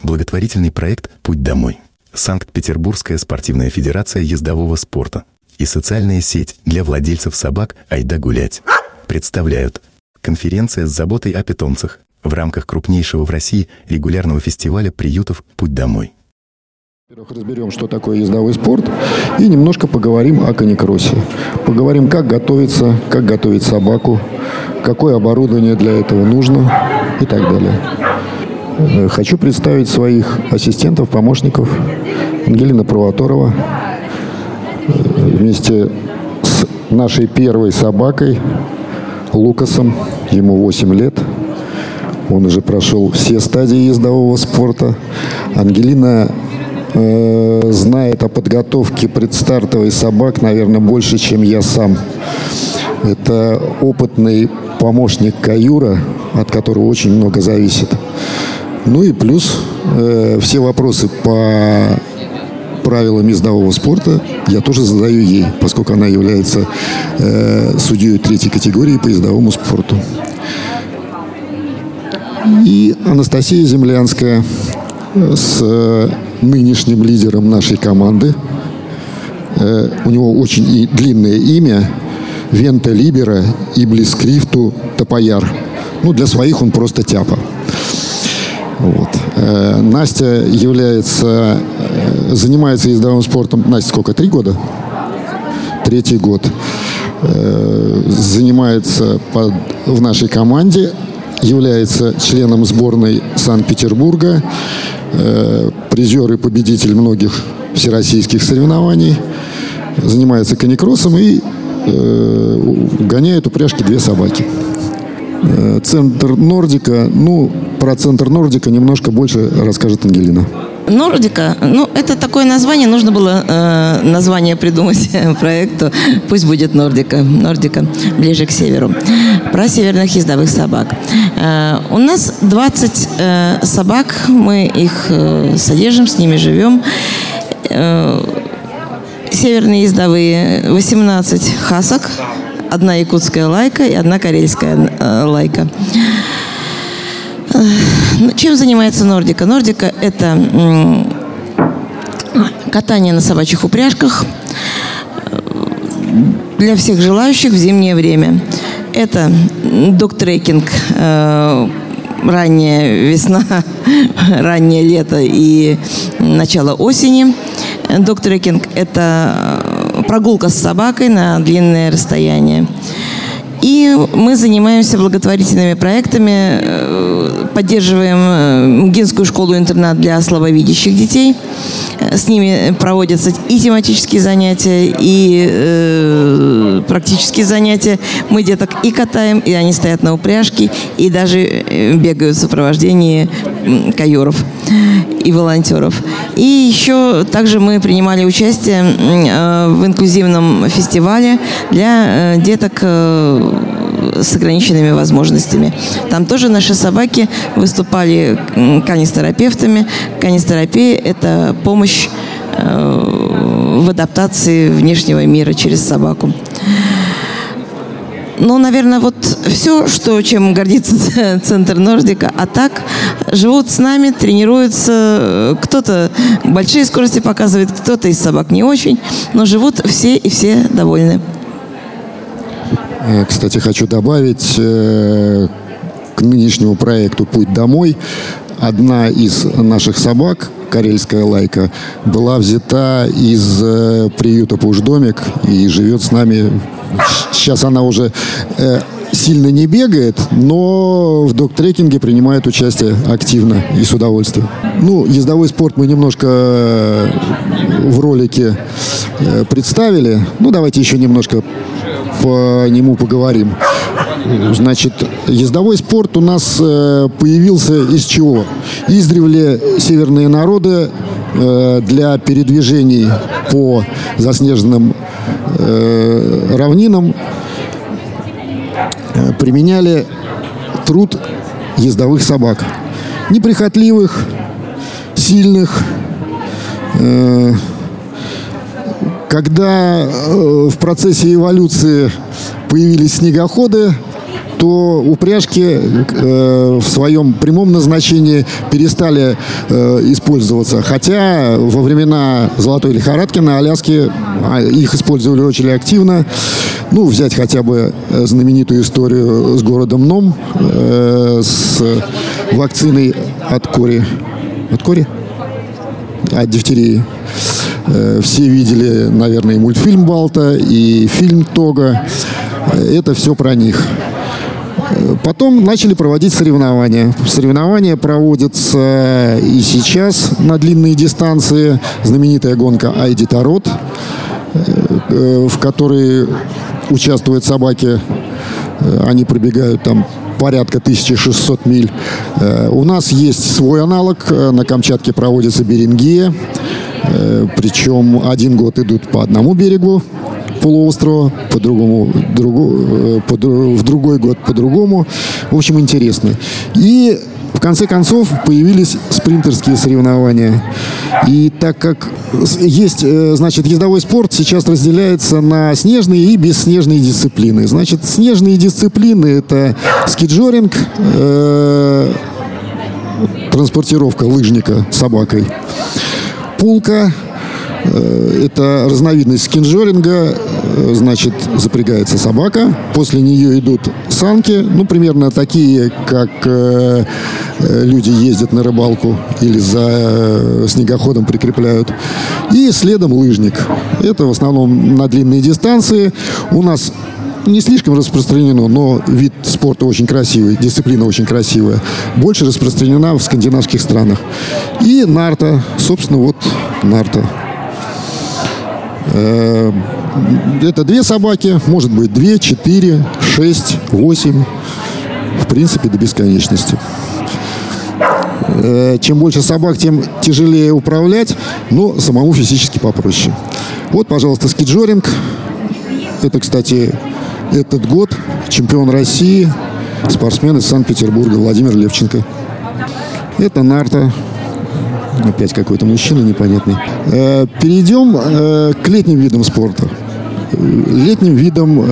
Благотворительный проект «Путь домой», Санкт-Петербургская спортивная федерация ездового спорта и социальная сеть для владельцев собак «Айда гулять» представляют конференция с заботой о питомцах в рамках крупнейшего в России регулярного фестиваля приютов «Путь домой». Разберем, что такое ездовой спорт, и немножко поговорим о каникроссе. Поговорим, как готовить собаку, какое оборудование для этого нужно и так далее. Хочу представить своих ассистентов, помощников. Ангелина Провоторова вместе с нашей первой собакой Лукасом, ему 8 лет. Он уже прошел все стадии ездового спорта. Ангелина знает о подготовке предстартовой собак, наверное, больше, чем я сам. Это опытный помощник каюра, от которого очень много зависит. Ну и плюс все вопросы по правилам ездового спорта я тоже задаю ей, поскольку она является судьей 3-й категории по ездовому спорту. И Анастасия Землянская с нынешним лидером нашей команды. У него очень длинное имя — Вента Либера и Блискрифту Топояр. Ну, для своих он просто Тяпа. Вот. Настя занимается ездовым спортом. Настя сколько? 3 года? 3-й год. Занимается в нашей команде, является членом сборной Санкт-Петербурга, призер и победитель многих всероссийских соревнований, занимается каникроссом и гоняет упряжки 2 собаки. Центр Нордика. Про центр Нордика немножко больше расскажет Ангелина. Нордика, это такое название, нужно было название придумать проекту. Пусть будет Нордика. Нордика ближе к северу. Про северных ездовых собак. У нас 20 собак, мы их содержим, с ними живем. Северные ездовые 18 хасок, 1 якутская лайка и 1 карельская лайка. Чем занимается Нордика? Нордика – это катание на собачьих упряжках для всех желающих в зимнее время. Это догтрекинг, ранняя весна, раннее лето и начало осени. Догтрекинг – это прогулка с собакой на длинное расстояние. И мы занимаемся благотворительными проектами, поддерживаем Мгинскую школу-интернат для слабовидящих детей. С ними проводятся и тематические занятия, и практические занятия. Мы деток и катаем, и они стоят на упряжке, и даже бегают в сопровождении каюров и волонтеров. И еще также мы принимали участие в инклюзивном фестивале для деток с ограниченными возможностями. Там тоже наши собаки выступали канистерапевтами. Канистерапия – это помощь в адаптации внешнего мира через собаку. Наверное, вот все, чем гордится Центр Нордика. А так, живут с нами, тренируются. Кто-то большие скорости показывает, кто-то из собак не очень. Но живут все и все довольны. Кстати, хочу добавить к нынешнему проекту «Путь домой». Одна из наших собак, карельская лайка, была взята из приюта «Пуш-домик» и живет с нами. Сейчас она уже сильно не бегает, но в догтрекинге принимает участие активно и с удовольствием. Ездовой спорт мы немножко в ролике представили. Давайте еще немножко по нему поговорим. Значит, ездовой спорт у нас появился из чего? Издревле северные народы для передвижений по заснеженным равнинам применяли труд ездовых собак. Неприхотливых, сильных. Когда в процессе эволюции появились снегоходы, что упряжки в своем прямом назначении перестали использоваться. Хотя во времена золотой лихорадки на Аляске их использовали очень активно. Ну, взять хотя бы знаменитую историю с городом Ном, с вакциной от кори. От кори? От дифтерии. Все видели, наверное, и мультфильм «Балта», и фильм «Тога». Это все про них. Потом начали проводить соревнования. Соревнования проводятся и сейчас на длинные дистанции. Знаменитая гонка Айди Тарот, в которой участвуют собаки. Они пробегают там порядка 1600 миль. У нас есть свой аналог. На Камчатке проводится Берингея. Причем один год идут по одному берегу полуострова, в другой год по другому. В общем, интересно. И в конце концов появились спринтерские соревнования. И так как есть, значит, ездовой спорт сейчас разделяется на снежные и бесснежные дисциплины. Значит, снежные дисциплины — это скиджоринг, транспортировка лыжника собакой. Пулка — это разновидность скинжоринга. Значит, запрягается собака, после нее идут санки, ну, примерно такие, как люди ездят на рыбалку или за снегоходом прикрепляют. И следом лыжник. Это в основном на длинные дистанции. У нас не слишком распространено, но вид спорта очень красивый, дисциплина очень красивая. Больше распространена в скандинавских странах. И нарта, собственно, вот нарта. Это 2 собаки, может быть 2, 4, 6, 8. В принципе, до бесконечности. Чем больше собак, тем тяжелее управлять, но самому физически попроще. Вот, пожалуйста, скиджоринг. Это, кстати, этот год чемпион России, спортсмен из Санкт-Петербурга Владимир Левченко. Это нарта. Опять какой-то мужчина непонятный. Перейдем к летним видам спорта. Летним видам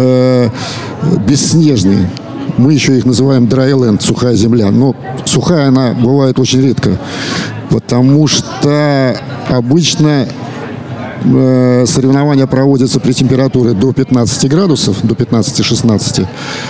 бесснежные. Мы еще их называем драйленд, сухая земля. Но сухая она бывает очень редко. Потому что обычно соревнования проводятся при температуре до 15 градусов, до 15-16.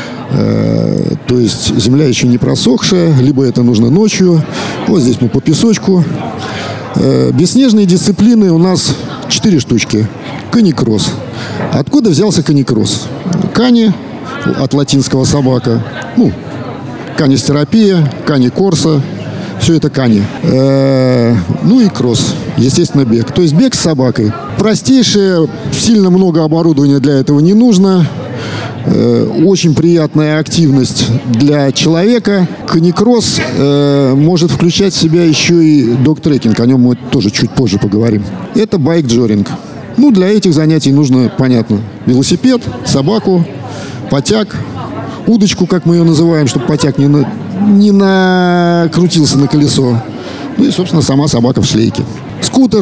То есть земля еще не просохшая, либо это нужно ночью. Вот здесь мы по песочку. Бесснежные дисциплины у нас 4 штучки. Каникросс. Откуда взялся каникросс? Кани, от латинского собака. Ну, канистерапия, кани-корса. Все это кани. Ну и кросс. Естественно, бег. То есть бег с собакой. Простейшее, сильно много оборудования для этого не нужно. Очень приятная активность для человека. Каникросс может включать в себя еще и догтрекинг. О нем мы тоже чуть позже поговорим. Это байк-джоринг. Ну, для этих занятий нужно, понятно, велосипед, собаку, потяг, удочку, как мы ее называем, чтобы потяг не накрутился на колесо. Ну и, собственно, сама собака в шлейке. Скутер.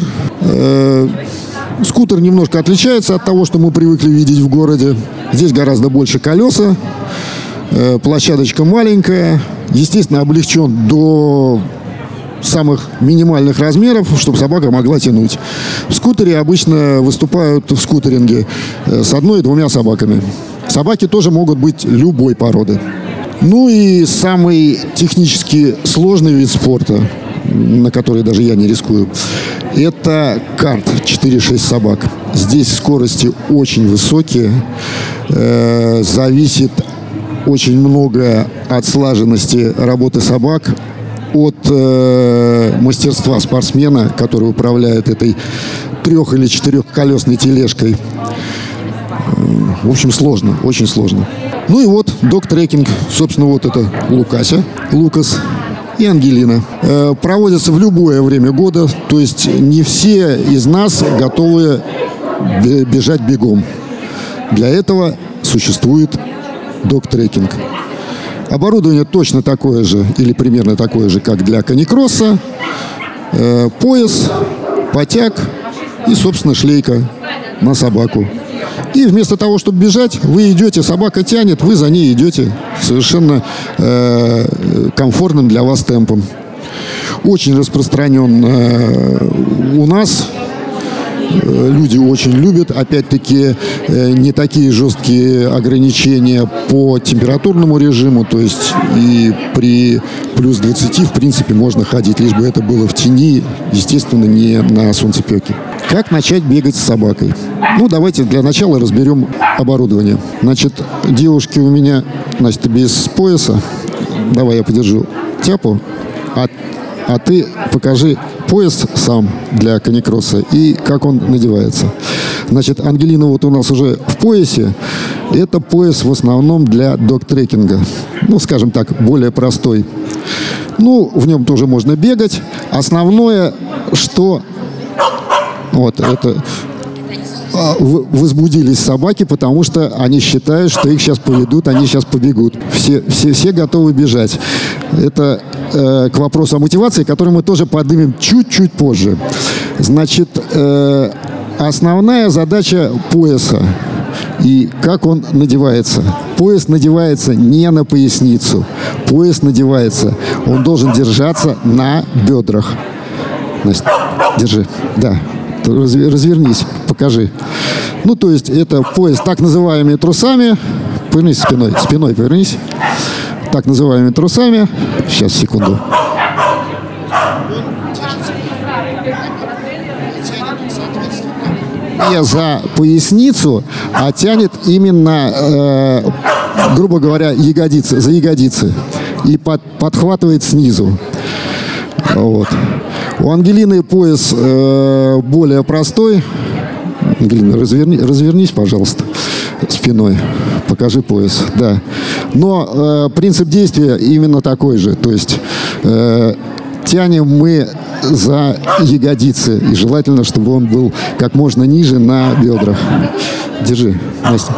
Скутер немножко отличается от того, что мы привыкли видеть в городе. Здесь гораздо больше колеса, площадочка маленькая, естественно, облегчен до самых минимальных размеров, чтобы собака могла тянуть. В скутере обычно выступают в скутеринге с 1 и 2 собаками. Собаки тоже могут быть любой породы. Ну и самый технически сложный вид спорта, на который даже я не рискую, это карт 4-6 собак. Здесь скорости очень высокие. Зависит очень много от слаженности работы собак, от мастерства спортсмена, который управляет этой 3- или 4-колесной тележкой. В общем, сложно, очень сложно. Ну и вот догтрекинг. Собственно, вот это Лукас и Ангелина. Проводятся в любое время года. То есть не все из нас готовы бежать бегом. Для этого существует догтрекинг. Оборудование точно такое же или примерно такое же, как для каникросса. Пояс, потяг и, собственно, шлейка на собаку. И вместо того, чтобы бежать, вы идете, собака тянет, вы за ней идете совершенно комфортным для вас темпом. Очень распространен у нас. Люди очень любят. Опять-таки, не такие жесткие ограничения по температурному режиму. То есть и при плюс 20, в принципе, можно ходить, лишь бы это было в тени, естественно, не на солнцепеке. Как начать бегать с собакой? Ну, давайте для начала разберем оборудование. Значит, девушки у меня, значит, без пояса. Давай я подержу тяпу, а ты покажи пояс сам для каникросса и как он надевается. Значит, Ангелина вот у нас уже в поясе. Это пояс в основном для дог-трекинга. Ну, скажем так, более простой. Ну, в нем тоже можно бегать. Основное, что... Вот, это... Возбудились собаки, потому что они считают, что их сейчас поведут, они сейчас побегут. Все готовы бежать. Это к вопросу о мотивации, который мы тоже поднимем чуть-чуть позже. Значит, основная задача пояса и как он надевается. Пояс надевается не на поясницу. Пояс надевается, он должен держаться на бедрах. Настя, держи, да. Развернись, покажи. Ну, то есть это пояс так называемыми трусами. Повернись спиной повернись. Так называемыми трусами. Сейчас, секунду. Не за поясницу, а тянет именно, грубо говоря, ягодицы, за ягодицы. И подхватывает снизу. Вот. У Ангелины пояс более простой. Ангелина, развернись, пожалуйста, спиной. Покажи пояс. Да. Но принцип действия именно такой же. То есть тянем мы за ягодицы. И желательно, чтобы он был как можно ниже на бедрах. Держи, Настя.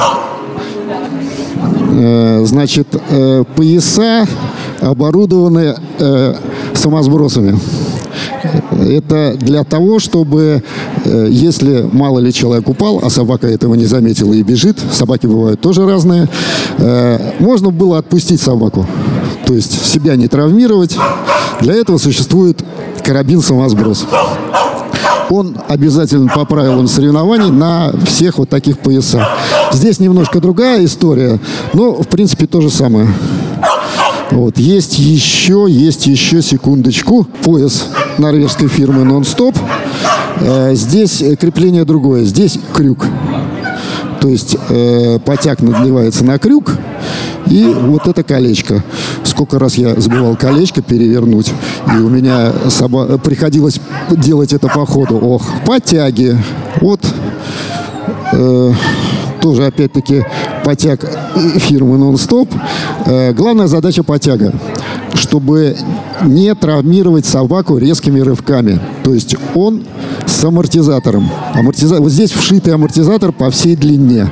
Значит, пояса оборудованы самосбросами. Это для того, чтобы, если мало ли человек упал, а собака этого не заметила и бежит, собаки бывают тоже разные, можно было отпустить собаку. То есть себя не травмировать. Для этого существует карабин-самосброс. Он обязательно по правилам соревнований на всех вот таких поясах. Здесь немножко другая история, но в принципе то же самое. Вот. Есть еще, секундочку, пояс норвежской фирмы Non-Stop. Здесь крепление другое, здесь крюк. То есть потяг надевается на крюк, и вот это колечко. Сколько раз я забывал колечко перевернуть, и у меня приходилось делать это по ходу. Ох, потяги. Вот тоже, опять-таки, потяг фирмы Non-Stop. Главная задача потяга, чтобы не травмировать собаку резкими рывками. То есть он с амортизатором. Вот здесь вшитый амортизатор по всей длине.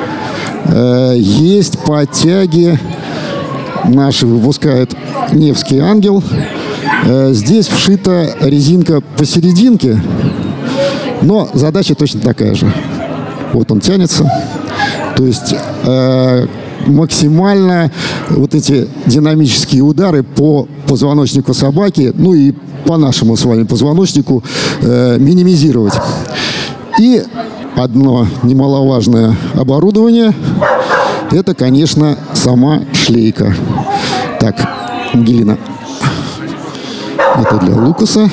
Есть потяги. Наши выпускает Невский Ангел. Здесь вшита резинка посерединке. Но задача точно такая же. Вот он тянется. То есть максимально вот эти динамические удары по позвоночнику собаки, ну и по нашему с вами позвоночнику минимизировать. И одно немаловажное оборудование – это, конечно, сама шлейка. Так, Ангелина, это для Лукаса.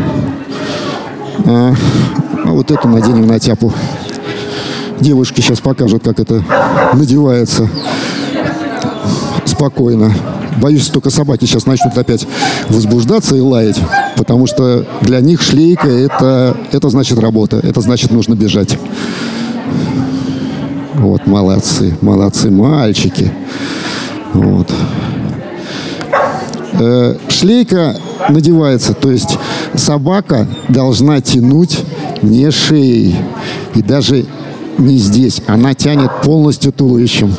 А вот эту наденем на тяпу. Девушки сейчас покажут, как это надевается спокойно. Боюсь, только собаки сейчас начнут опять возбуждаться и лаять, потому что для них шлейка это значит работа, это значит нужно бежать. Вот, молодцы мальчики. Вот. Шлейка надевается, то есть собака должна тянуть не шеей и даже не здесь, она тянет полностью туловищем.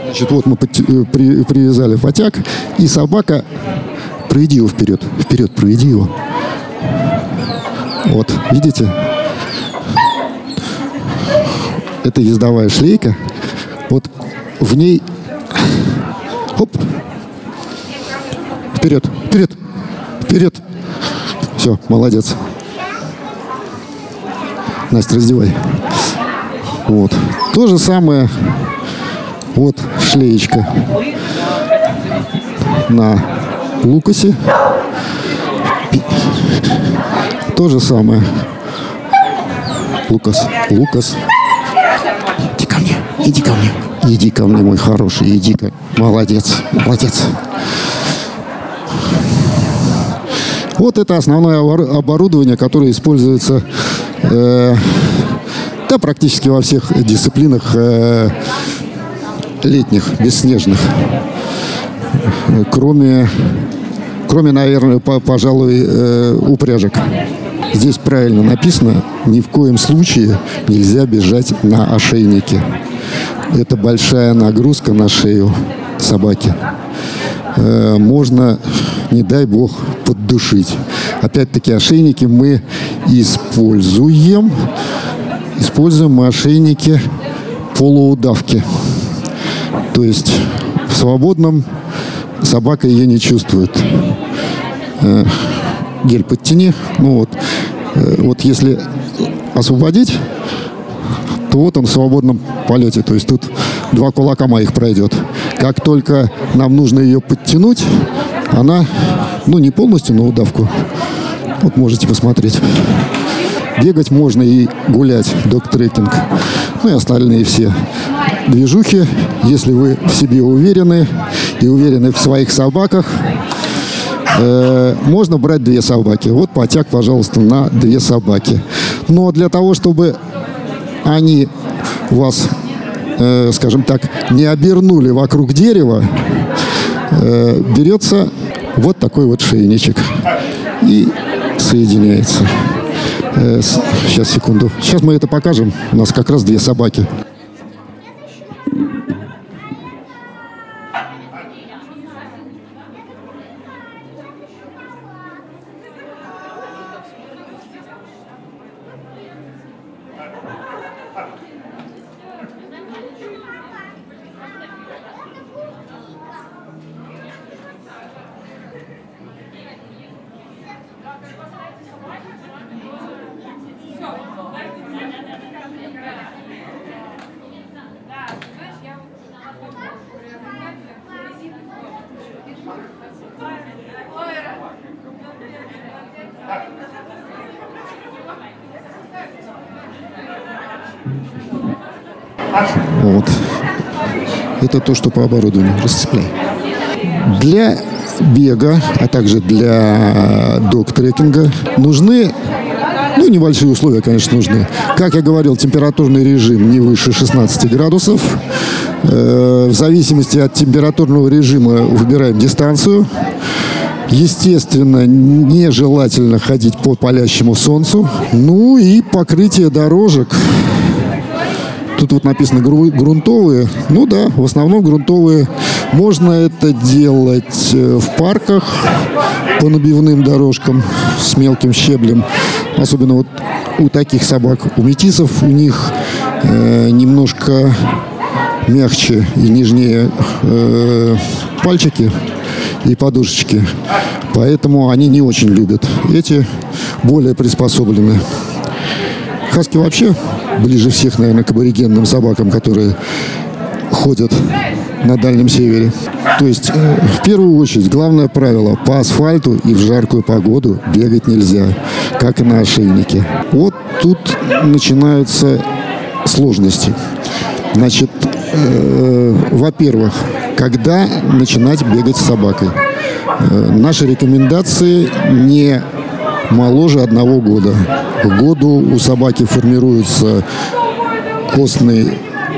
Значит, вот мы привязали потяг, и собака... Проведи его вперед. Вперед, проведи его. Вот, видите? Это ездовая шлейка. Вот в ней... Хоп. Вперед, вперед, вперед. Все, молодец. Настя, раздевай. Вот. То же самое. Вот шлеечка на Лукасе. То же самое. Лукас. Иди ко мне. Иди ко мне. Иди ко мне, мой хороший. Иди-ка. Молодец. Молодец. Вот это основное оборудование, которое используется да, практически во всех дисциплинах летних, бесснежных. Кроме, наверное, пожалуй, упряжек. Здесь правильно написано: ни в коем случае нельзя бежать на ошейнике. Это большая нагрузка на шею собаки. Можно, не дай бог, поддушить. Опять-таки, ошейники мы используем. Используем мы ошейники полуудавки. То есть в свободном собака ее не чувствует. Гель подтяни. Ну вот. Вот если освободить, то вот он в свободном полете. То есть тут 2 кулака моих пройдет. Как только нам нужно ее подтянуть, она, ну, не полностью на удавку. Вот можете посмотреть. Бегать можно и гулять, дог-трекинг. Ну и остальные все движухи. Если вы в себе уверены и уверены в своих собаках, можно брать 2 собаки. Вот потяг, пожалуйста, на 2 собаки. Но для того, чтобы они вас, скажем так, не обернули вокруг дерева, берется вот такой вот шейничек и соединяется. Сейчас, секунду. Сейчас мы это покажем. У нас как раз 2 собаки. Вот. Это то, что по оборудованию. Расцепляй. Для бега, а также для дог-трекинга нужны, ну, небольшие условия, конечно, нужны. Как я говорил, температурный режим не выше 16 градусов. В зависимости от температурного режима выбираем дистанцию. Естественно, нежелательно ходить по палящему солнцу. Ну и покрытие дорожек. Тут вот написано грунтовые. Ну да, в основном грунтовые. Можно это делать в парках по набивным дорожкам с мелким щеблем. Особенно вот у таких собак. У метисов у них немножко мягче и нежнее пальчики и подушечки. Поэтому они не очень любят. Эти более приспособлены. Хаски вообще ближе всех, наверное, к аборигенным собакам, которые ходят на Дальнем Севере. То есть, в первую очередь, главное правило: по асфальту и в жаркую погоду бегать нельзя, как и на ошейнике. Вот тут начинаются сложности. Значит, во-первых, когда начинать бегать с собакой? Наши рекомендации не моложе 1 года. К году у собаки формируется костный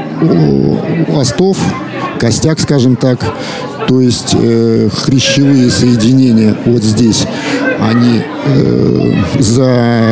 остов, костяк, скажем так. То есть хрящевые соединения вот здесь, они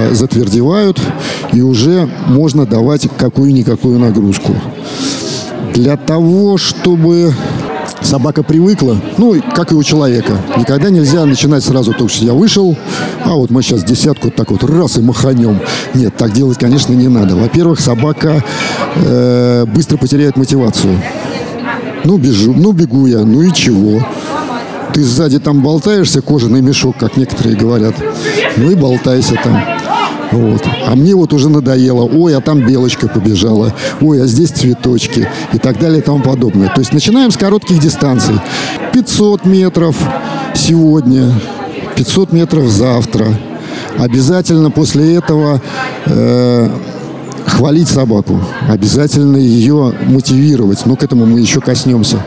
затвердевают, и уже можно давать какую-никакую нагрузку. Для того, чтобы собака привыкла, ну, как и у человека. Никогда нельзя начинать сразу, только что я вышел, а вот мы сейчас десятку так вот раз и маханем. Нет, так делать, конечно, не надо. Во-первых, собака быстро потеряет мотивацию. Ну, бегу я, ну и чего? Ты сзади там болтаешься, кожаный мешок, как некоторые говорят. Ну и болтайся там. Вот. А мне вот уже надоело. Ой, а там белочка побежала. Ой, а здесь цветочки. И так далее и тому подобное. То есть начинаем с коротких дистанций. 500 метров сегодня, 500 метров завтра. Обязательно после этого хвалить собаку. Обязательно ее мотивировать. Но к этому мы еще коснемся.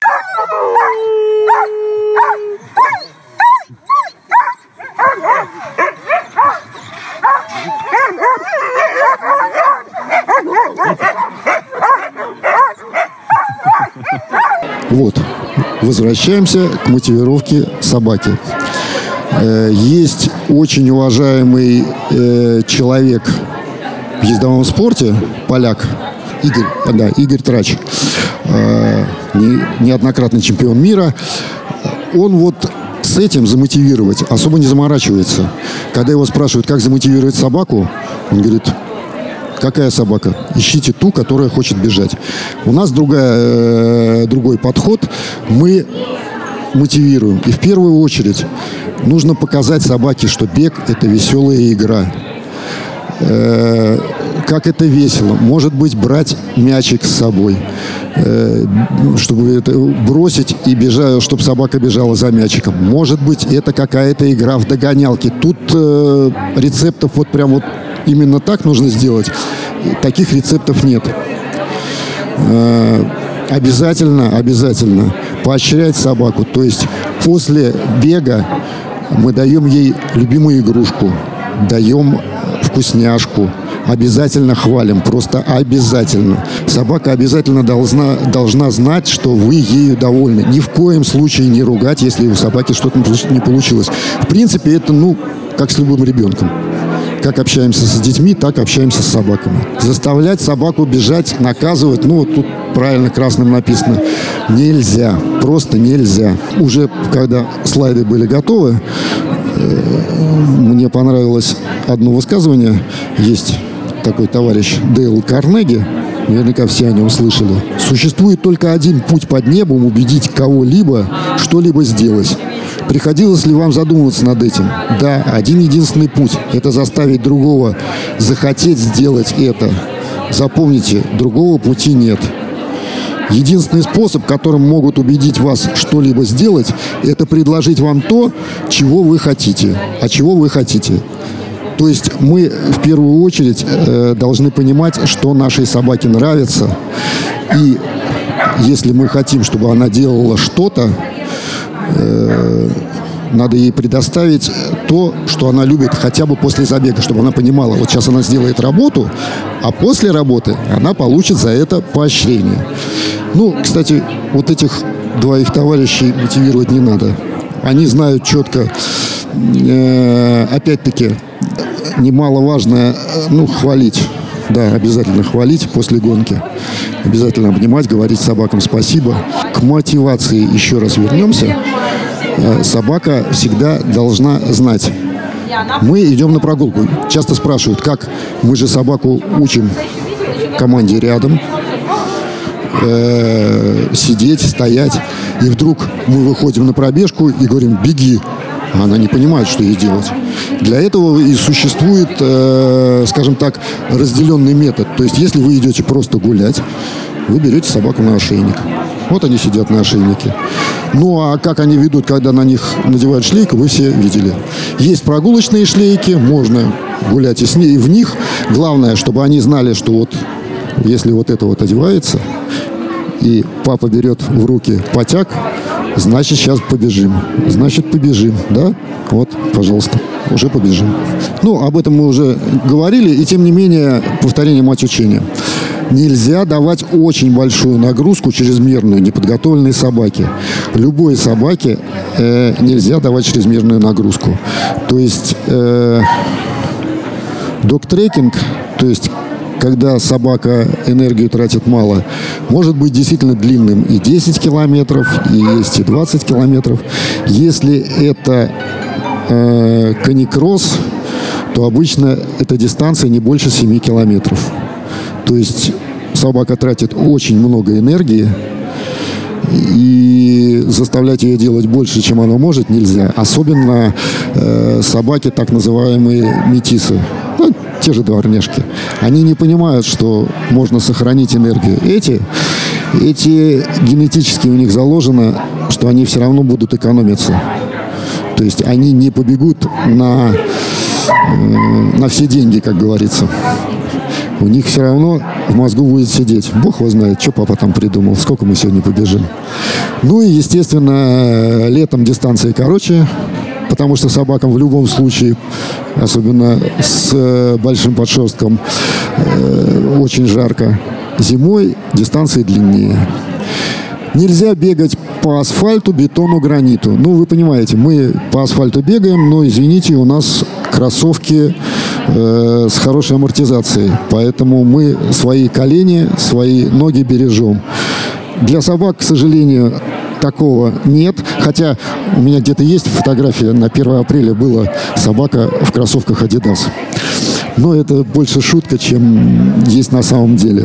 Вот, возвращаемся к мотивировке собаки. Есть очень уважаемый человек в ездовом спорте, поляк, Игорь Трач, неоднократный чемпион мира. Он вот с этим замотивировать особо не заморачивается. Когда его спрашивают, как замотивировать собаку, он говорит: какая собака? Ищите ту, которая хочет бежать. У нас другой подход. Мы мотивируем. И в первую очередь нужно показать собаке, что бег – это веселая игра. Как это весело. Может быть, брать мячик с собой, чтобы это бросить и бежать, чтобы собака бежала за мячиком. Может быть, это какая-то игра в догонялки. Тут рецептов вот прям вот именно так нужно сделать. Таких рецептов нет. Обязательно поощрять собаку. То есть после бега мы даем ей любимую игрушку, даем вкусняшку. Обязательно хвалим, просто обязательно. Собака обязательно должна знать, что вы ею довольны. Ни в коем случае не ругать, если у собаки что-то не получилось. В принципе, это, как с любым ребенком. Как общаемся с детьми, так общаемся с собаками. Заставлять собаку бежать, наказывать, вот тут правильно красным написано, нельзя. Просто нельзя. Уже когда слайды были готовы, мне понравилось одно высказывание. Есть такой товарищ Дейл Карнеги, наверняка все о нем слышали. Существует только один путь под небом убедить кого-либо что-либо сделать. Приходилось ли вам задумываться над этим? Да, один единственный путь – это заставить другого захотеть сделать это. Запомните, другого пути нет. Единственный способ, которым могут убедить вас что-либо сделать, это предложить вам то, чего вы хотите. А чего вы хотите? То есть мы в первую очередь должны понимать, что нашей собаке нравится. И если мы хотим, чтобы она делала что-то, надо ей предоставить то, что она любит хотя бы после забега, чтобы она понимала, вот сейчас она сделает работу, а после работы она получит за это поощрение. Кстати, вот этих двоих товарищей мотивировать не надо. Они знают четко, опять-таки, немаловажное, хвалить. Да, обязательно хвалить после гонки. Обязательно обнимать, говорить собакам спасибо. К мотивации еще раз вернемся. Собака всегда должна знать. Мы идем на прогулку. Часто спрашивают, как мы же собаку учим команде рядом. Сидеть, стоять. И вдруг мы выходим на пробежку и говорим: беги. А она не понимает, что ей делать. Для этого и существует, скажем так, разделенный метод. То есть, если вы идете просто гулять, вы берете собаку на ошейник. Вот они сидят на ошейнике. А как они ведут, когда на них надевают шлейку, вы все видели. Есть прогулочные шлейки, можно гулять и с ней, и в них. Главное, чтобы они знали, что вот если вот это вот одевается, и папа берет в руки потяг, значит, сейчас побежим. Значит, побежим, да? Вот, пожалуйста, уже побежим. Об этом мы уже говорили, и тем не менее, повторение мать учения. Нельзя давать очень большую нагрузку чрезмерную неподготовленной собаке. Любой собаке нельзя давать чрезмерную нагрузку. То есть догтрекинг, то есть когда собака энергию тратит мало, Может быть действительно длинным и 10 километров, и есть и 20 километров. Если это каникросс, то обычно эта дистанция не больше 7 километров. То есть собака тратит очень много энергии, и заставлять ее делать больше, чем она может, нельзя. Особенно собаки, так называемые метисы, ну, те же дворняжки. Они не понимают, что можно сохранить энергию. Эти генетически у них заложено, что они все равно будут экономиться. То есть они не побегут на все деньги, как говорится. У них все равно в мозгу будет сидеть. Бог его знает, что папа там придумал, сколько мы сегодня побежим. Ну и, естественно, летом дистанции короче, потому что собакам в любом случае, особенно с большим подшерстком, очень жарко. Зимой дистанции длиннее. Нельзя бегать по асфальту, бетону, граниту. Ну, вы понимаете, мы по асфальту бегаем, но, извините, у нас кроссовки с хорошей амортизацией. Поэтому мы свои колени, свои ноги бережем. Для собак, к сожалению, такого нет. Хотя у меня где-то есть фотография, на 1 апреля была собака в кроссовках Adidas. Но это больше шутка, чем есть на самом деле.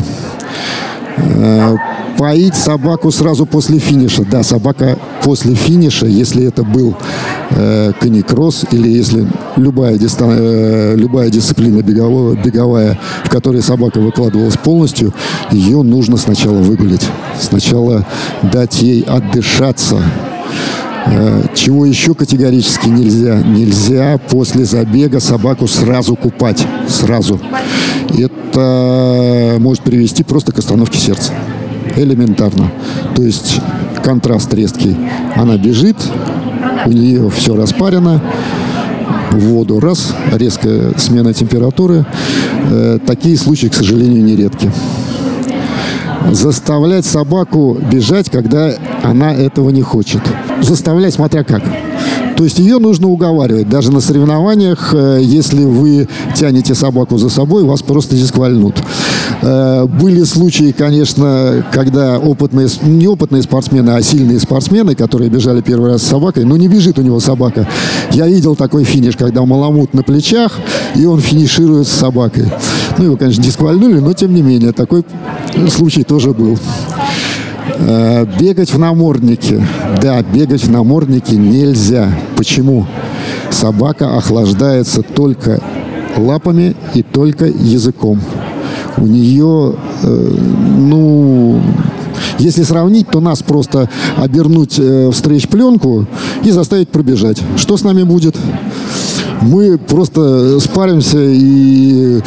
Поить собаку сразу после финиша. Да, собака после финиша, если это был каникросс или если любая дисциплина беговая, в которой собака выкладывалась полностью, ее нужно сначала выгулять. Сначала дать ей отдышаться. Чего еще категорически нельзя? Нельзя после забега собаку сразу купать. Сразу. Это может привести просто к остановке сердца. Элементарно. То есть контраст резкий. Она бежит, у нее все распарено, в воду раз, резкая смена температуры. Такие случаи, к сожалению, нередки. Заставлять собаку бежать, когда она этого не хочет. Заставлять, смотря как. То есть ее нужно уговаривать. Даже на соревнованиях, если вы тянете собаку за собой, вас просто дисквалинут. Были случаи, конечно, когда не опытные спортсмены, а сильные спортсмены, которые бежали первый раз с собакой, но не бежит у него собака. Я видел такой финиш, когда маламут на плечах, и он финиширует с собакой. Ну, его, конечно, дисквалинули, но тем не менее, такой случай тоже был. Бегать в наморднике. Да, бегать в наморднике нельзя. Почему? Собака охлаждается только лапами и только языком. У нее, если сравнить, то нас просто обернуть в стрейч-пленку и заставить пробежать. Что с нами будет? Мы просто спаримся и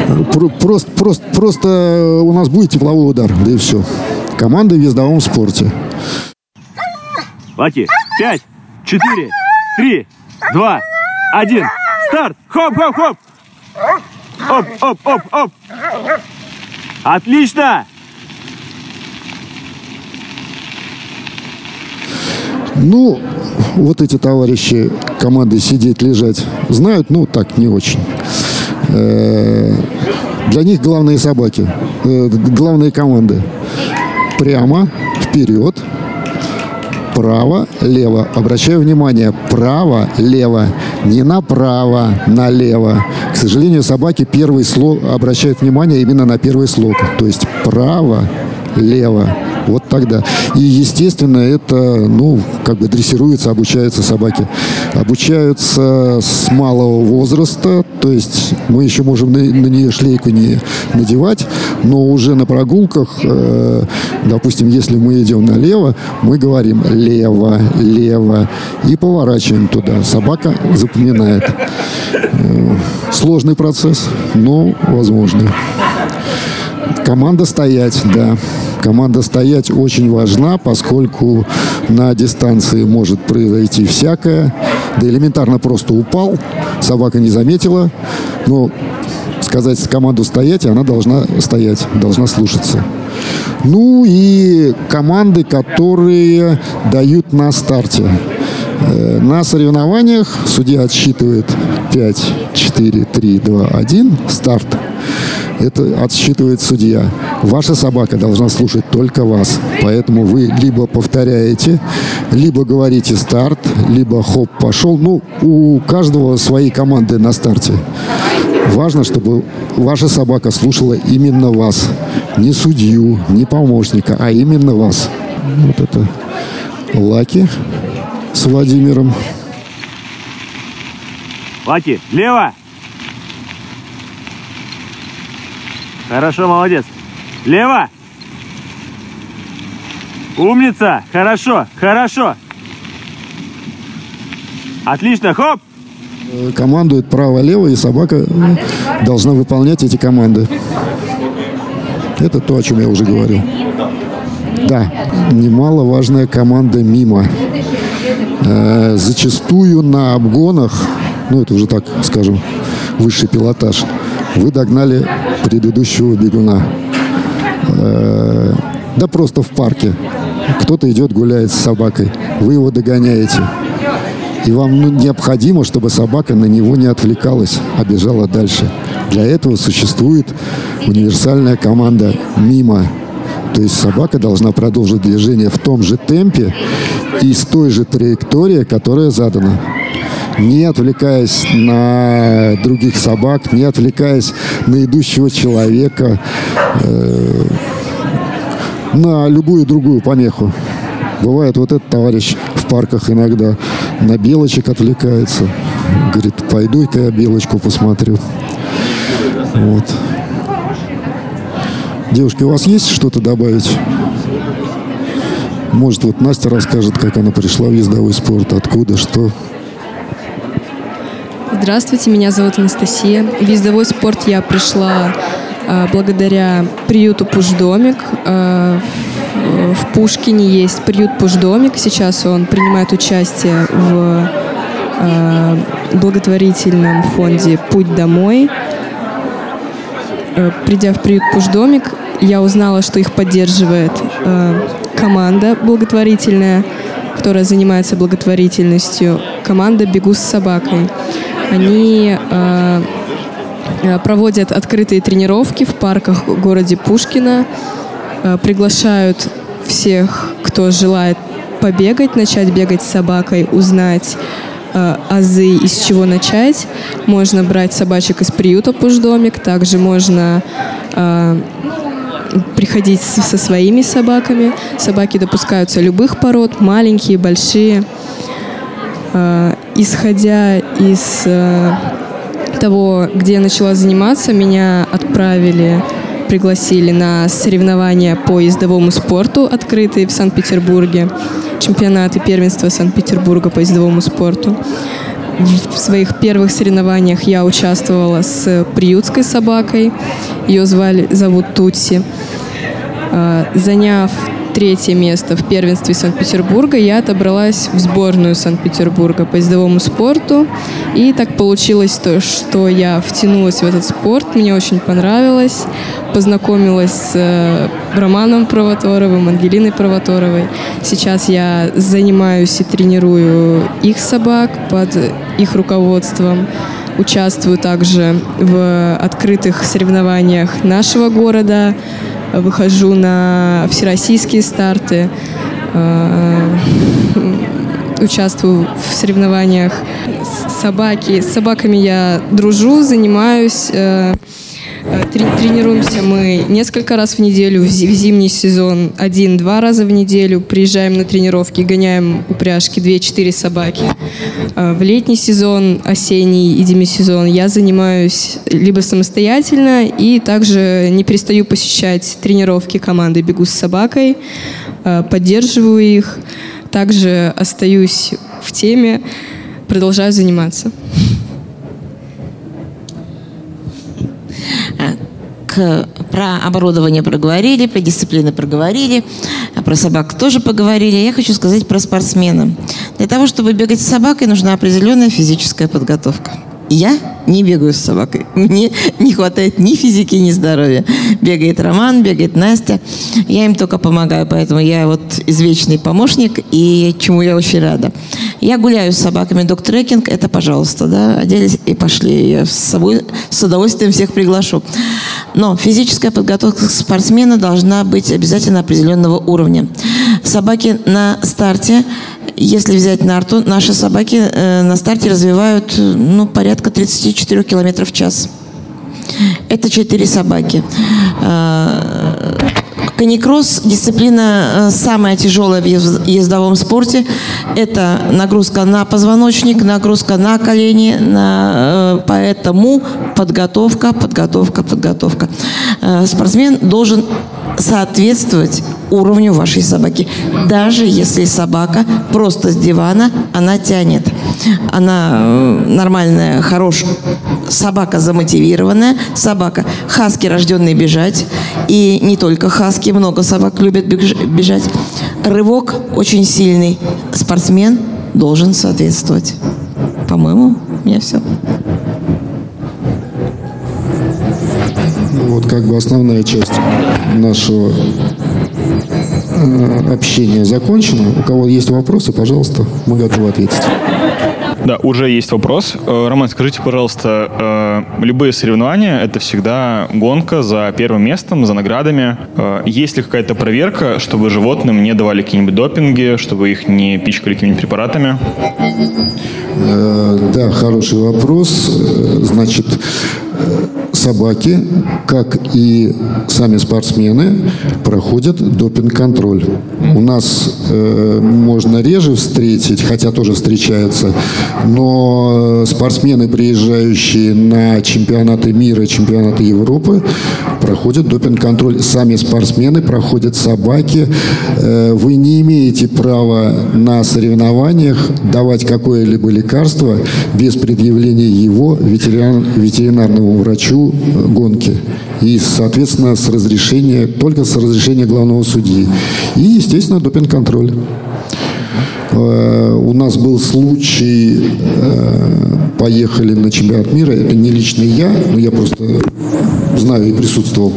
просто у нас будет тепловой удар, да и все. Команда в ездовом спорте. Лаки, 5, 4, 3, 2, 1, старт! Хоп-хоп-хоп! Оп-оп-оп-оп! Отлично! Ну, вот эти товарищи команды сидеть, лежать знают, так, не очень. Для них главные собаки, главные команды. Прямо, вперед, право, лево. Обращаю внимание, право, лево, не направо, налево. К сожалению, собаки первый слог обращают внимание именно на первый слог. То есть право, лево. Вот тогда. И, естественно, это, дрессируются, обучаются собаки. Обучаются с малого возраста. То есть мы еще можем на нее шлейку не надевать, но уже на прогулках, допустим, если мы идем налево, мы говорим лево, лево и поворачиваем туда. Собака запоминает. Сложный процесс, но возможный. Команда стоять, да. Команда стоять очень важна, поскольку на дистанции может произойти всякое. Да элементарно просто упал, собака не заметила. Но сказать команду стоять, и она должна стоять, должна слушаться. Ну и команды, которые дают на старте. На соревнованиях судья отсчитывает 5, 4, 3, 2, 1, старт. Это отсчитывает судья. Ваша собака должна слушать только вас. Поэтому вы либо повторяете, либо говорите «старт», либо «хоп, пошел». Ну, у каждого свои команды на старте. Важно, чтобы ваша собака слушала именно вас. Не судью, не помощника, а именно вас. Вот это Лаки с Владимиром. Лаки, лево! Хорошо, молодец. Лево! Умница! Хорошо, хорошо! Отлично, хоп! Командует право-лево, и собака должна выполнять эти команды. Это то, о чем я уже говорил. Да, немаловажная команда мимо. Зачастую на обгонах, ну это уже так, скажем, высший пилотаж, вы догнали предыдущего бегуна. Да просто в парке. Кто-то идет, гуляет с собакой. Вы его догоняете. И вам необходимо, чтобы собака на него не отвлекалась, а бежала дальше. Для этого существует универсальная команда «Мимо». То есть собака должна продолжить движение в том же темпе и с той же траекторией, которая задана. Не отвлекаясь на других собак, не отвлекаясь на идущего человека, на любую другую помеху. Бывает, вот этот товарищ в парках иногда на белочек отвлекается. Говорит, пойду-ка я белочку посмотрю. Вот. Девушки, у вас есть что-то добавить? Может, вот Настя расскажет, как она пришла в ездовой спорт, откуда, что? Здравствуйте, меня зовут Анастасия. В ездовой спорт я пришла благодаря приюту «Пуш-домик». В Пушкине есть приют «Пуш-домик». Сейчас он принимает участие в благотворительном фонде «Путь домой». Придя в приют «Пуш-домик», я узнала, что их поддерживает команда благотворительная, которая занимается благотворительностью. Команда «Бегу с собакой». Они проводят открытые тренировки в парках в городе Пушкино, приглашают всех, кто желает побегать, начать бегать с собакой, узнать азы, из чего начать. Можно брать собачек из приюта «Пуш-домик», также можно приходить со своими собаками. Собаки допускаются любых пород, маленькие, большие. Исходя из того, где я начала заниматься, меня пригласили на соревнования по ездовому спорту, открытые в Санкт-Петербурге, чемпионаты первенства Санкт-Петербурга по ездовому спорту. В своих первых соревнованиях я участвовала с приютской собакой, ее зовут Тутси. Заняв 3-е место в первенстве Санкт-Петербурга, я отобралась в сборную Санкт-Петербурга по ездовому спорту. И так получилось то, что я втянулась в этот спорт, мне очень понравилось. Познакомилась с Романом Провоторовым, Ангелиной Провоторовой. Сейчас я занимаюсь и тренирую их собак под их руководством. Участвую также в открытых соревнованиях нашего города. Выхожу на всероссийские старты, участвую в соревнованиях с собаками я дружу, занимаюсь, тренируемся мы несколько раз в неделю, в зимний сезон 1-2 раза в неделю, приезжаем на тренировки, гоняем упряжки 2-4 собаки. В летний сезон, осенний и демисезон я занимаюсь либо самостоятельно и также не перестаю посещать тренировки команды «Бегу с собакой», поддерживаю их, также остаюсь в теме, продолжаю заниматься. Про оборудование проговорили, про дисциплины проговорили, про собак тоже поговорили. Я хочу сказать про спортсмена. Для того, чтобы бегать с собакой, нужна определенная физическая подготовка. Я не бегаю с собакой. Мне не хватает ни физики, ни здоровья. Бегает Роман, бегает Настя. Я им только помогаю, поэтому я вот извечный помощник, и чему я очень рада. Я гуляю с собаками. Док-трекинг, это, пожалуйста, да, оделись и пошли. Я с собой с удовольствием всех приглашу. Но физическая подготовка спортсмена должна быть обязательно определенного уровня. Собаки на старте, если взять нарту, наши собаки на старте развивают порядка 34 км в час. Это 4 собаки. Каникросс – дисциплина самая тяжелая в ездовом спорте. Это нагрузка на позвоночник, нагрузка на колени, поэтому подготовка. Спортсмен должен соответствовать уровню вашей собаки. Даже если собака просто с дивана, она тянет. Она нормальная, хорошая собака, замотивированная собака. Хаски, рожденные бежать. И не только хаски, много собак любят бежать. Рывок очень сильный. Спортсмен должен соответствовать. По-моему, у меня все. Вот как бы основная часть нашего общения закончена. У кого есть вопросы, пожалуйста, мы готовы ответить. Да, уже есть вопрос. Роман, скажите, пожалуйста, любые соревнования – это всегда гонка за первым местом, за наградами. Есть ли какая-то проверка, чтобы животным не давали какие-нибудь допинги, чтобы их не пичкали какими-нибудь препаратами? Да, хороший вопрос. Значит, собаки, как и сами спортсмены, проходят допинг-контроль. У нас можно реже встретить, хотя тоже встречаются, но спортсмены, приезжающие на чемпионаты мира, чемпионаты Европы, проходят допинг-контроль. Сами спортсмены проходят собаки. Вы не имеете права на соревнованиях давать какое-либо лекарство без предъявления его ветеринарному врачу гонки. И, соответственно, только с разрешения главного судьи. И, естественно, допинг-контроль. У нас был случай, поехали на чемпионат мира, это не лично я, но я просто знаю и присутствовал.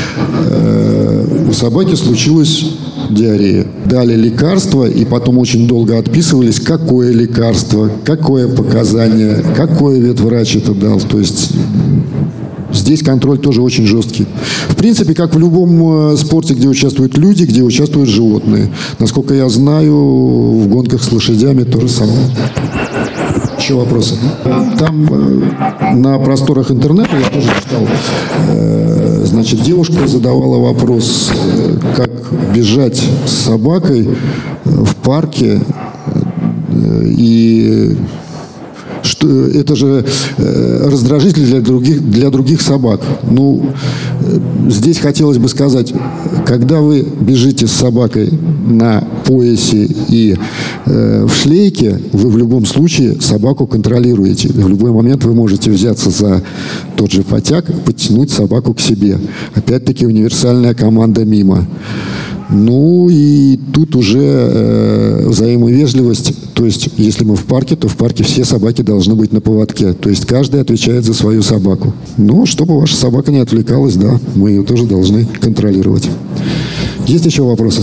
У собаки случилась диарея. Дали лекарство, и потом очень долго отписывались, какое лекарство, какое показание, какой ветврач это дал. То есть здесь контроль тоже очень жесткий. В принципе, как в любом спорте, где участвуют люди, где участвуют животные. Насколько я знаю, в гонках с лошадями то же самое. Еще вопросы? Там на просторах интернета я тоже читал. Значит, девушка задавала вопрос, как бежать с собакой в парке. И что это же раздражитель для других собак. Здесь хотелось бы сказать, когда вы бежите с собакой на поясе и в шлейке, вы в любом случае собаку контролируете. В любой момент вы можете взяться за тот же потяг, подтянуть собаку к себе. Опять-таки универсальная команда мимо. И тут уже взаимовежливость. То есть, если мы в парке, то в парке все собаки должны быть на поводке. То есть, каждый отвечает за свою собаку. Чтобы ваша собака не отвлекалась, да, мы ее тоже должны контролировать. Есть еще вопросы?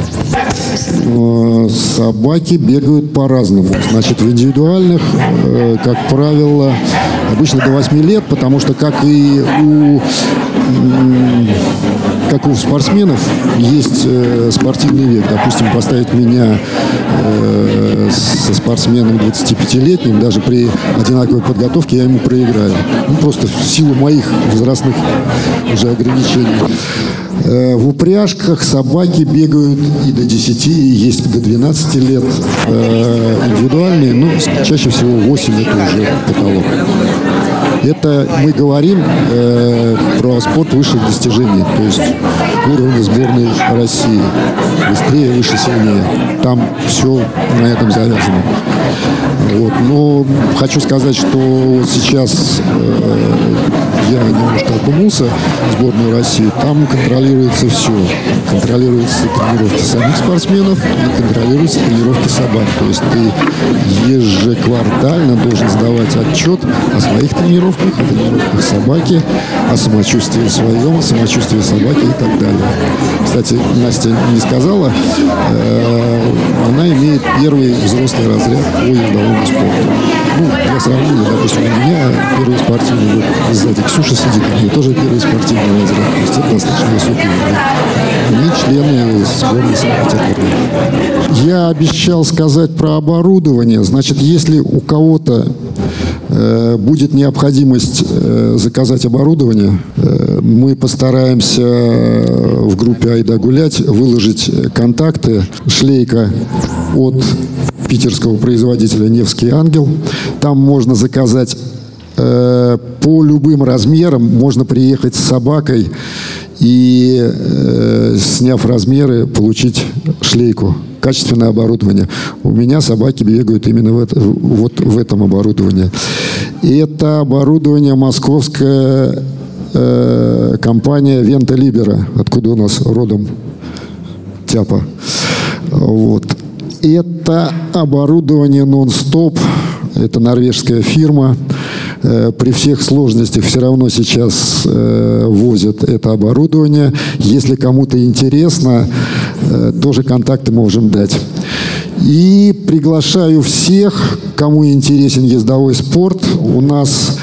Собаки бегают по-разному. Значит, в индивидуальных, как правило, обычно до 8 лет, потому что, как и у спортсменов, есть спортивный век. Допустим, поставить меня со спортсменом 25-летним, даже при одинаковой подготовке я ему проиграю. Просто в силу моих возрастных уже ограничений. В упряжках собаки бегают и до 10, и есть до 12 лет. Индивидуальные, но чаще всего 8 – это уже потолок. Это мы говорим про спорт высших достижений, то есть уровня сборной России. Быстрее, выше, сильнее. Там все на этом завязано. Но хочу сказать, что сейчас я немножко окунулся в сборную России. Там контролируется все. Контролируются тренировки самих спортсменов и контролируются тренировки собак. То есть ты ежеквартально должен сдавать отчет о своих тренировках, о тренировках собаки, о самочувствии своем, о самочувствии собаки и так далее. Кстати, Настя не сказала, она имеет первый взрослый разряд по ездовому спорту. Для сравнение, допустим, у меня первый спортивный, вот сзади Ксюша сидит, у нее тоже первый спортивный возраст, то есть это достаточно высокий уровень. Они члены сборной Санкт-Петербурга. Я обещал сказать про оборудование. Значит, если у кого-то будет необходимость заказать оборудование, мы постараемся в группе «Айда гулять» выложить контакты шлейка от питерского производителя «Невский ангел». Там можно заказать по любым размерам, можно приехать с собакой и, сняв размеры, получить шлейку. Качественное оборудование. У меня собаки бегают именно вот в этом оборудовании. Это оборудование московская компания «Вента Либера», откуда у нас родом Тяпа. Вот. Это оборудование «Нон-стоп». Это норвежская фирма. При всех сложностях все равно сейчас возят это оборудование. Если кому-то интересно, тоже контакты можем дать. И приглашаю всех, кому интересен ездовой спорт. У нас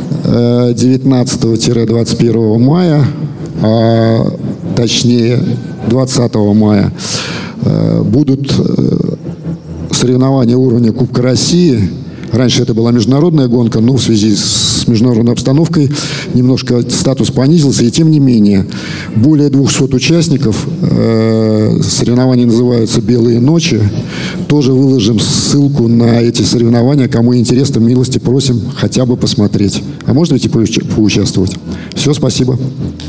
19-21 мая, а точнее 20 мая, будут соревнования уровня Кубка России. Раньше это была международная гонка, но в связи с международной обстановкой немножко статус понизился. И тем не менее, более 200 участников. Соревнования называются «Белые ночи». Тоже выложим ссылку на эти соревнования. Кому интересно, милости просим хотя бы посмотреть. А можно ведь и поучаствовать. Все, спасибо.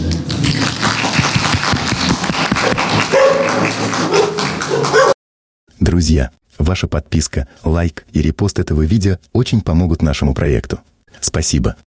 Друзья, ваша подписка, лайк и репост этого видео очень помогут нашему проекту. Спасибо.